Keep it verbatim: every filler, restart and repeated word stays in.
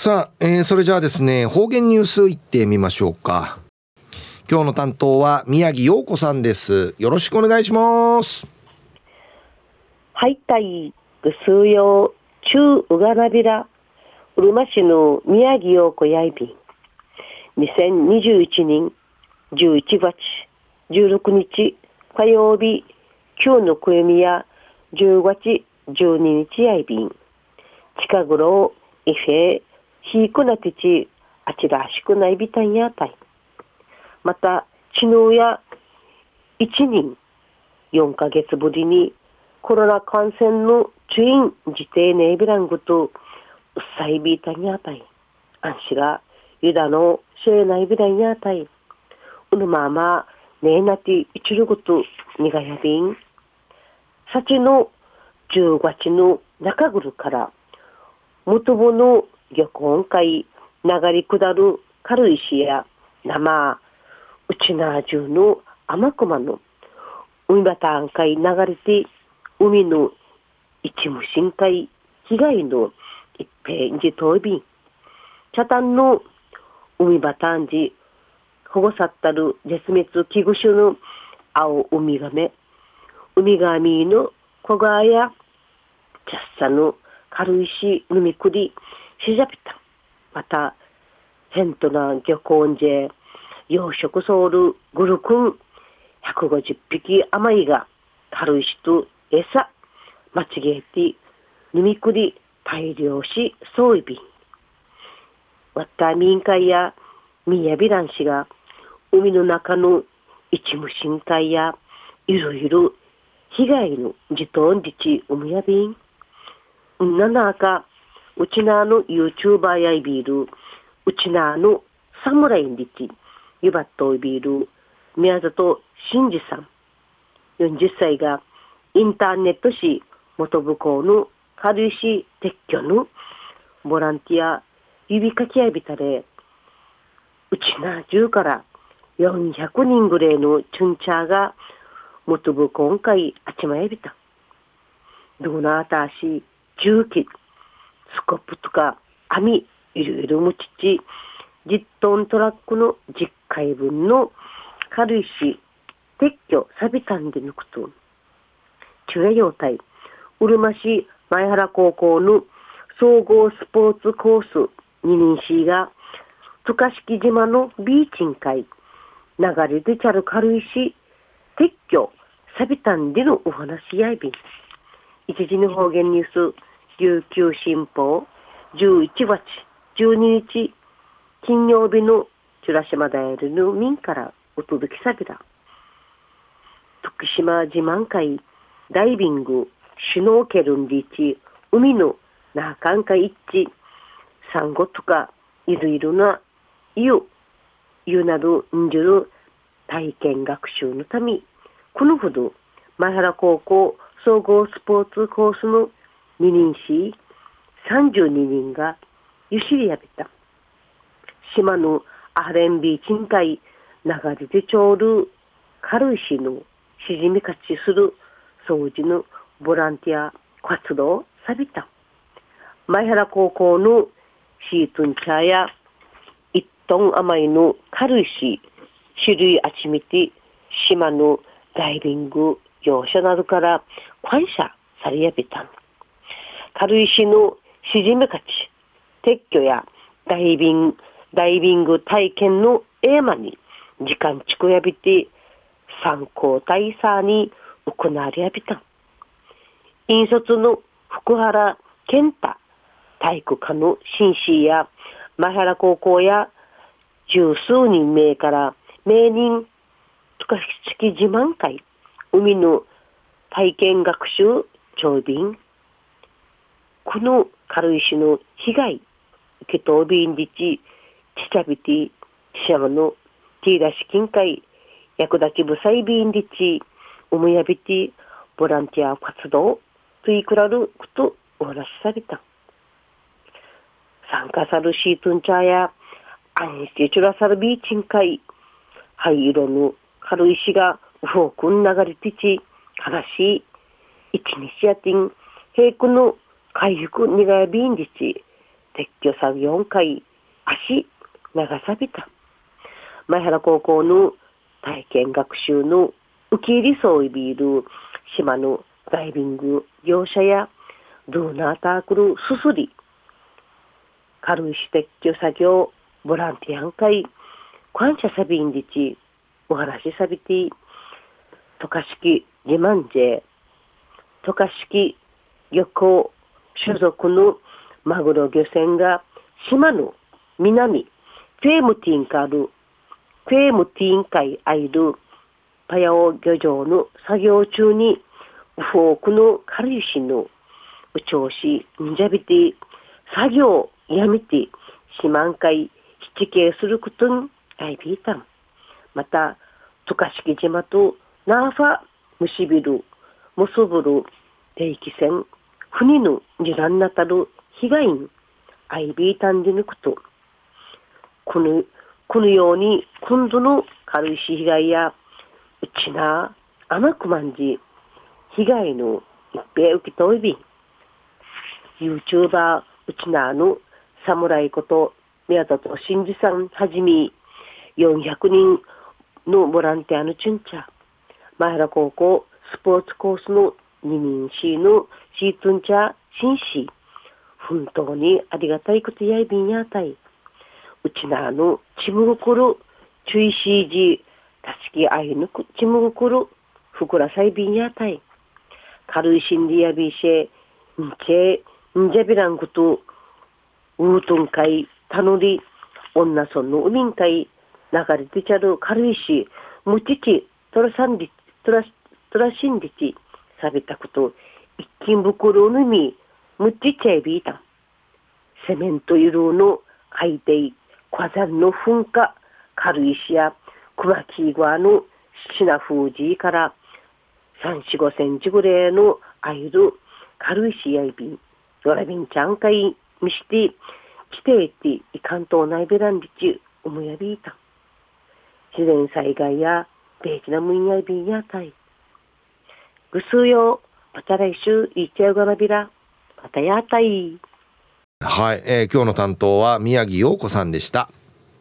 さあ、えー、それじゃあですね、方言ニュースいってみましょうか。今日の担当は宮城陽子さんです。よろしくお願いします。 はい、たいぐすうよう中うがなびらうるま市の宮城陽子やいびんにせんにじゅういちねんじゅういちがつじゅうろくにち火曜日、今日のくえみやじゅうがつじゅうににちやいびん近頃いへひいくなてちあちらしくないびたんやたい。またちのうやいちにんよんかげつぶりにコロナ感染の注意自定ネイビラングとうっさいビータにあたい。あんしがユダのシェーナイビランにあたい。うぬままねえなていちるごとにがやびん。さちのじゅうがつの中ぐるから元ぼの漁港会流れ下る軽石や生うちなじゅうの甘くまの海バタン海流れて海の一無深海被害の一平じとびん茶炭の海バタンジ保護さったる絶滅危惧種の青ウミガメウミガミの小川やチャッサの軽石飲みくりしじゃぴたまた変とな漁港んじ養殖ソウルグルクンひゃくごじゅっぴき余りが軽石と餌間違えて飲みくり大量しそういびんわった民会やみやびらんしが海の中の一無深海やいろいろ被害の自動自治海やびんうんななかうちなの YouTuber やいびるうちなの侍んりちゆばっといびる宮里真司さんよんじゅっさいがインターネットし元部校の軽石撤去のボランティア指かきやびたれうちなじゅうからよんひゃくにんぐらいのチュンチャーが元部今回あちまやびたどうなあたし重機スコップとか網いろいろむちちじゅっトントラックのじゅっかいぶんの軽石撤去サビタンで抜くと中夜用体うるま市前原高校の総合スポーツコースににんしが渡嘉敷島のビーチン会流れでちゃる軽石撤去サビタンでのお話やいびん一時の方言ニュース琉球新報じゅういちがつじゅうににち金曜日のチュラシマダイルの民からお届けさびら徳島自慢会ダイビングシュノーケルンリーチ海のなかんか一致サンゴとかいろいろな湯湯などんじゅる体験学習のためこのほど前原高校総合スポーツコースのににんしさんじゅうににんがゆしりやびた島のアハレンビーチン会流れでちょうる軽石のしじみ勝ちする掃除のボランティア活動さびた前原高校のシートンチャーやいっトン余りの軽石種類あちみて島のダイビング業者などから感謝されやびた軽石のしじみ勝ち撤去やダイビングダイビング体験のエーマに時間ちくやびて参考大佐に行われやびた引率の福原健太体育科の紳士や前原高校や十数人名から名人渡嘉敷自慢会海の体験学習長便この軽石の被害受けとびんりちちちゃびてちしゃまのティーラシ近海役立ちぶさいびんりちおむやびてボランティア活動といくらることお話しされた参加さるシートンチャーや安心チュラサルビーチン海灰色の軽石がウフォークン流れてち悲しい一日やてん平君の回復にがやびんりち撤去作業よんかい足長さびた。前原高校の体験学習の受け入れそういびる島のダイビング業者やドーナータークルすすり軽石撤去作業ボランティアン会感謝サビンディチお話サビティ渡嘉敷自慢勢渡嘉敷漁港所属のマグロ漁船が島の南クエムティンカルクエムティン海アイルパヤオ漁場の作業中にウフォークの軽石のうちょうしんじゃびて作業やめて島ん海七景することにあいびいたん。また渡嘉敷島とナーファムシビルモソブル定期船船の時短なたる被害にあいびいたんでぬくとこのこのように今度の軽石被害やうちな甘くまんじ被害の一平受けといび YouTuber うちなの侍こと宮里真司さんはじめよんひゃくにんのボランティアのチュンチャ前原高校スポーツコースの二人シーのシートンチャ紳士本当にありがたいことやいびんやたいうちなのちむぐくる注意しいじたしきあいぬくちむぐくるふくらさいびんやたい軽いしんりやびしえんちえんじゃびらんことウートンかいたのり女村の海んかい流れてちゃる軽いしむちちとらさんりとらとらしんりちさびたこと一斤袋のみむちちゃいびいたセメント色の海底火山の噴火軽石や熊木イグアのシナフージーからさん、よん、ごセンチぐらいのアイル軽石やいびんヨラビンちゃんかいみしてきていていかんとないべらんりちおもやびいた自然災害やベーチなむんやいびんやたいぐすうよまた来週いっちゃうがなびらまたやたいはい、えー、今日の担当は宮城陽子さんでした。